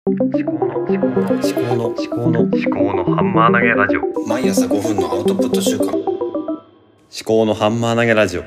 思考のハンマー投げラジオ。 毎朝5分のアウトプット週間。 思考のハンマー投げラジオ。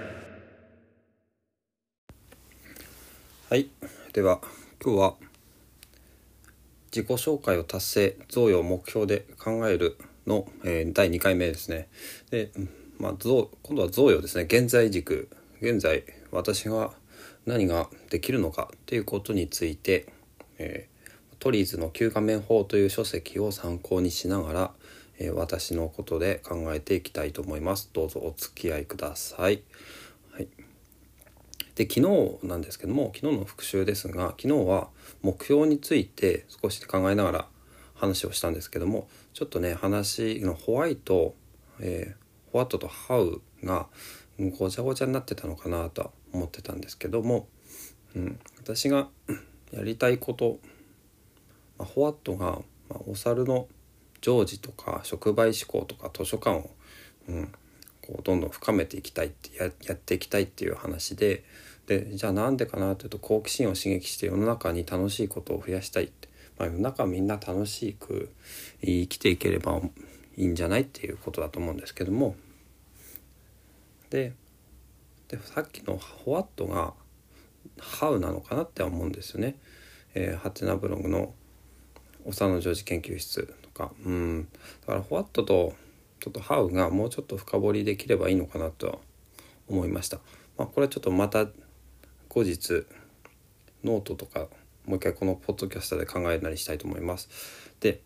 はい、では今日は自己紹介を達成、贈与を目標で考えるの、第2回目ですね。で、今度は贈与ですね。現在軸、現在私が何ができるのかということについて、トリーズの9画面法という書籍を参考にしながら、私のことで考えていきたいと思います。どうぞお付き合いください。はい。で、昨日なんですけども、昨日の復習ですが、昨日は目標について少し考えながら話をしたんですけども、ちょっとね、話のホワットとハウがごちゃごちゃになってたのかなとは思ってたんですけども、私がやりたいこと、ホワットが、お猿の常時とか触媒思考とか図書館を、こうどんどん深めていきたいってやっていきたいっていう話で、じゃあなんでかなというと、好奇心を刺激して世の中に楽しいことを増やしたいって、世の中みんな楽しく生きていければいいんじゃないっていうことだと思うんですけども、でさっきのホワットがハウなのかなって思うんですよね。ハテナブログのおさの常時研究室とか、だからホワットとちょっとハウがもうちょっと深掘りできればいいのかなと思いました。これはちょっとまた後日ノートとかもう一回このポッドキャストで考えたりしたいと思います。で、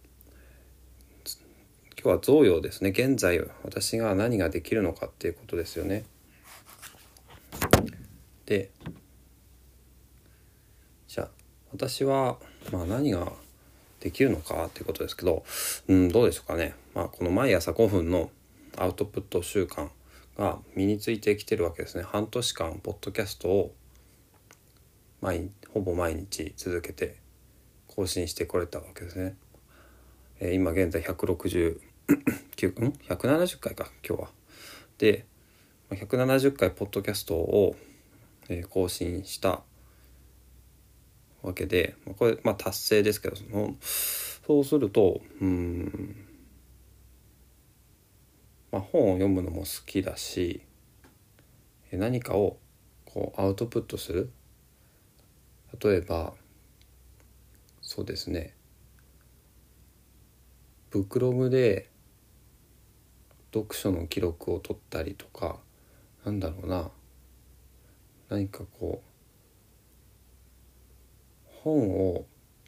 今日は贈与ですね。現在私が何ができるのかっていうことですよね。で、じゃあ私は何ができるのかっていうことですけど、どうでしょうかね。この毎朝5分のアウトプット習慣が身についてきてるわけですね。半年間ポッドキャストをほぼ毎日続けて更新してこれたわけですね。今現在170回か今日は。で、170回ポッドキャストを、更新したわけで、これ達成ですけど、そうすると本を読むのも好きだし、何かをこうアウトプットする、例えばそうですね、ブックログで読書の記録を取ったりとか、何かこう本を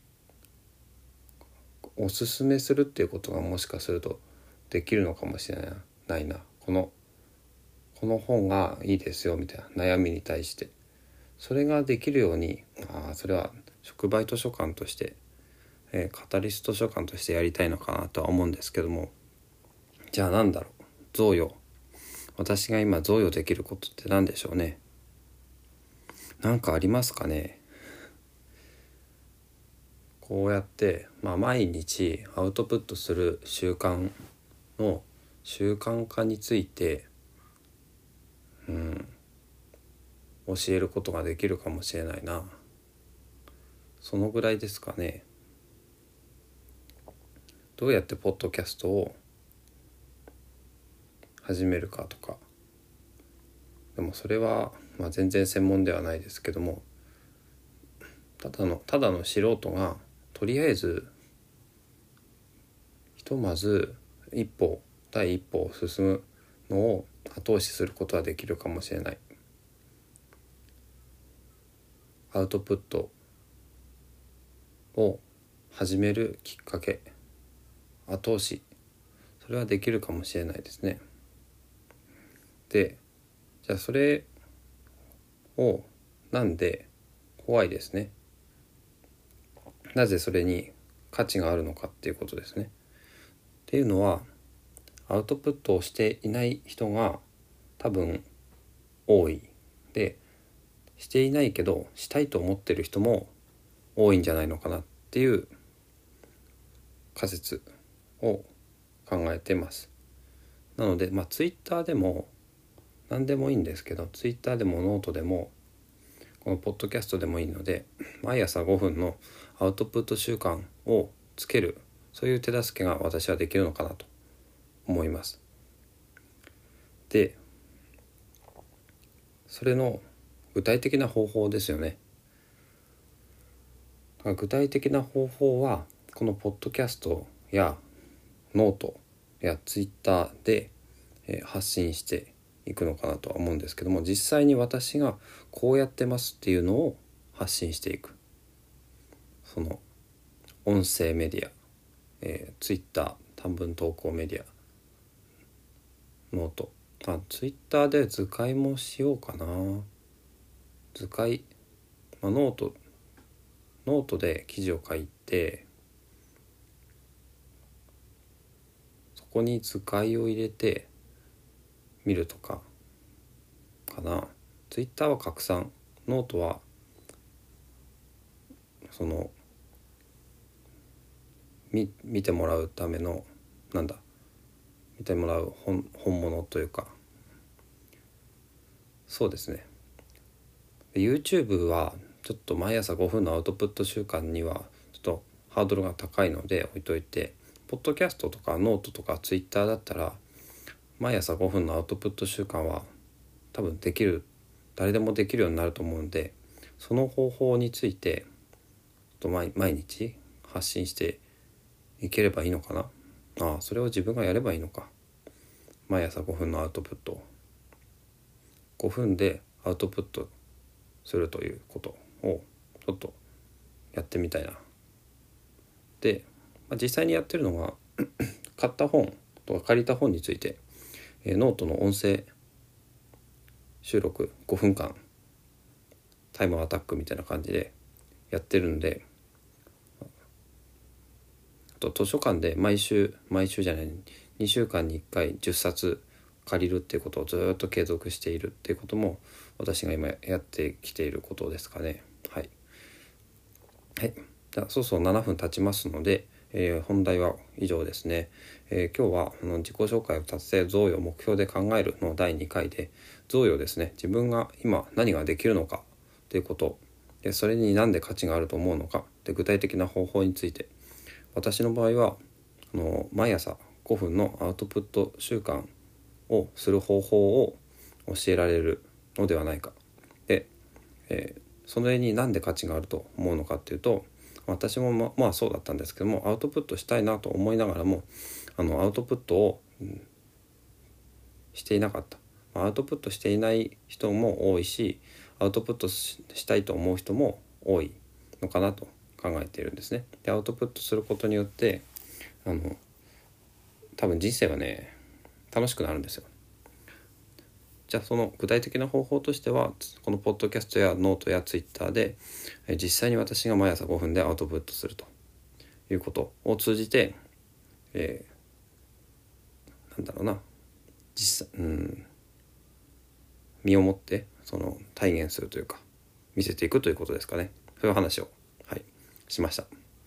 おすすめするっていうことがもしかするとできるのかもしれないな。この本がいいですよみたいな悩みに対してそれができるように、それは触媒図書館として、カタリスト図書館としてやりたいのかなとは思うんですけども、じゃあ贈与、私が今贈与できることって何でしょうね。何かありますかね。こうやって、毎日アウトプットする習慣の習慣化について教えることができるかもしれないな。そのぐらいですかね。どうやってポッドキャストを始めるかとか、でもそれは全然専門ではないですけども、ただの素人がとりあえずひとまず第一歩を進むのを後押しすることはできるかもしれない。アウトプットを始めるきっかけ、後押し、それはできるかもしれないですね。で、じゃあそれをなんで怖いですね。なぜそれに価値があるのかっていうことですね。っていうのは、アウトプットをしていない人が多分多い。で、していないけどしたいと思ってる人も多いんじゃないのかなっていう仮説を考えてます。なので、ツイッターでも何でもいいんですけど、ツイッターでもノートでもこのポッドキャストでもいいので、毎朝5分のアウトプット習慣をつける、そういう手助けが私はできるのかなと思います。で、それの具体的な方法ですよね。だから具体的な方法はこのポッドキャストやノートやツイッターで発信していくのかなとは思うんですけども、実際に私がこうやってますっていうのを発信していく、その音声メディア、ツイッター短文投稿メディア、ノート、ツイッターで図解もしようかな。図解、ノートで記事を書いて、そこに図解を入れて見るとかかな。ツイッターは拡散、ノートはその見てもらうための見てもらう本物というか、そうですね。YouTube はちょっと毎朝5分のアウトプット習慣にはちょっとハードルが高いので置いといて、ポッドキャストとかノートとかツイッターだったら毎朝5分のアウトプット習慣は多分誰でもできるようになると思うんで、その方法について毎日発信していければいいのかな。それを自分がやればいいのか。毎朝5分のアウトプット、5分でアウトプットするということをちょっとやってみたいな。で、実際にやってるのが買った本とか借りた本について、ノートの音声収録5分間タイムアタックみたいな感じでやってるんで、あと図書館で毎週じゃない2週間に1回10冊借りるっていうことをずっと継続しているっていうことも私が今やってきていることですかね。はい、じゃあそうそう7分経ちますので、本題は以上ですね。今日は自己紹介を達成贈与目標で考えるの第2回で、贈与ですね、自分が今何ができるのかということで、それに何で価値があると思うのかで、具体的な方法について、私の場合は毎朝5分のアウトプット習慣をする方法を教えられるのではないか。で、それに何で価値があると思うのかっていうと、私もそうだったんですけども、アウトプットしたいなと思いながらもアウトプットを、していなかった。アウトプットしていない人も多いし、アウトプットしたいと思う人も多いのかなと考えているんですね。で、アウトプットすることによって多分人生はね楽しくなるんですよ。じゃあその具体的な方法としては、このポッドキャストやノートやツイッターで実際に私が毎朝5分でアウトプットするということを通じて、身をもって体現するというか見せていくということですかね。そういう話を、しました。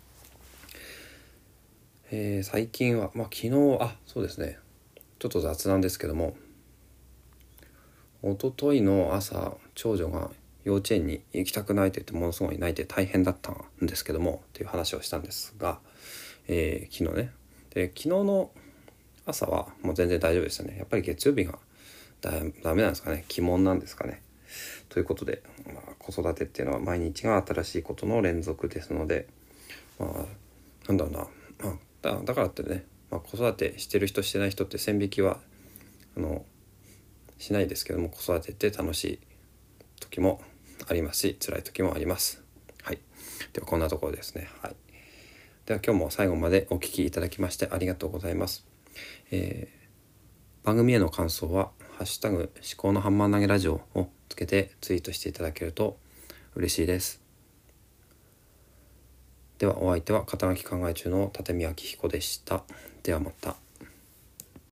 最近は昨日そうですね、ちょっと雑なんですけども、一昨日の朝長女が幼稚園に行きたくないと言ってものすごい泣いて大変だったんですけどもっていう話をしたんですが、昨日ね、で昨日の朝はもう全然大丈夫でしたね。やっぱり月曜日がダメなんですかね、鬼門なんですかね。ということで、子育てっていうのは毎日が新しいことの連続ですので、だからってね、子育てしてる人してない人って線引きはしないですけども、子育てって楽しい時もありますし辛い時もあります。ではこんなところですね。では今日も最後までお聞きいただきましてありがとうございます。番組への感想はハッシュタグ思考のハンマー投げラジオをつけてツイートしていただけると嬉しいです。ではお相手は肩書き考え中の立見明彦でした。ではまた。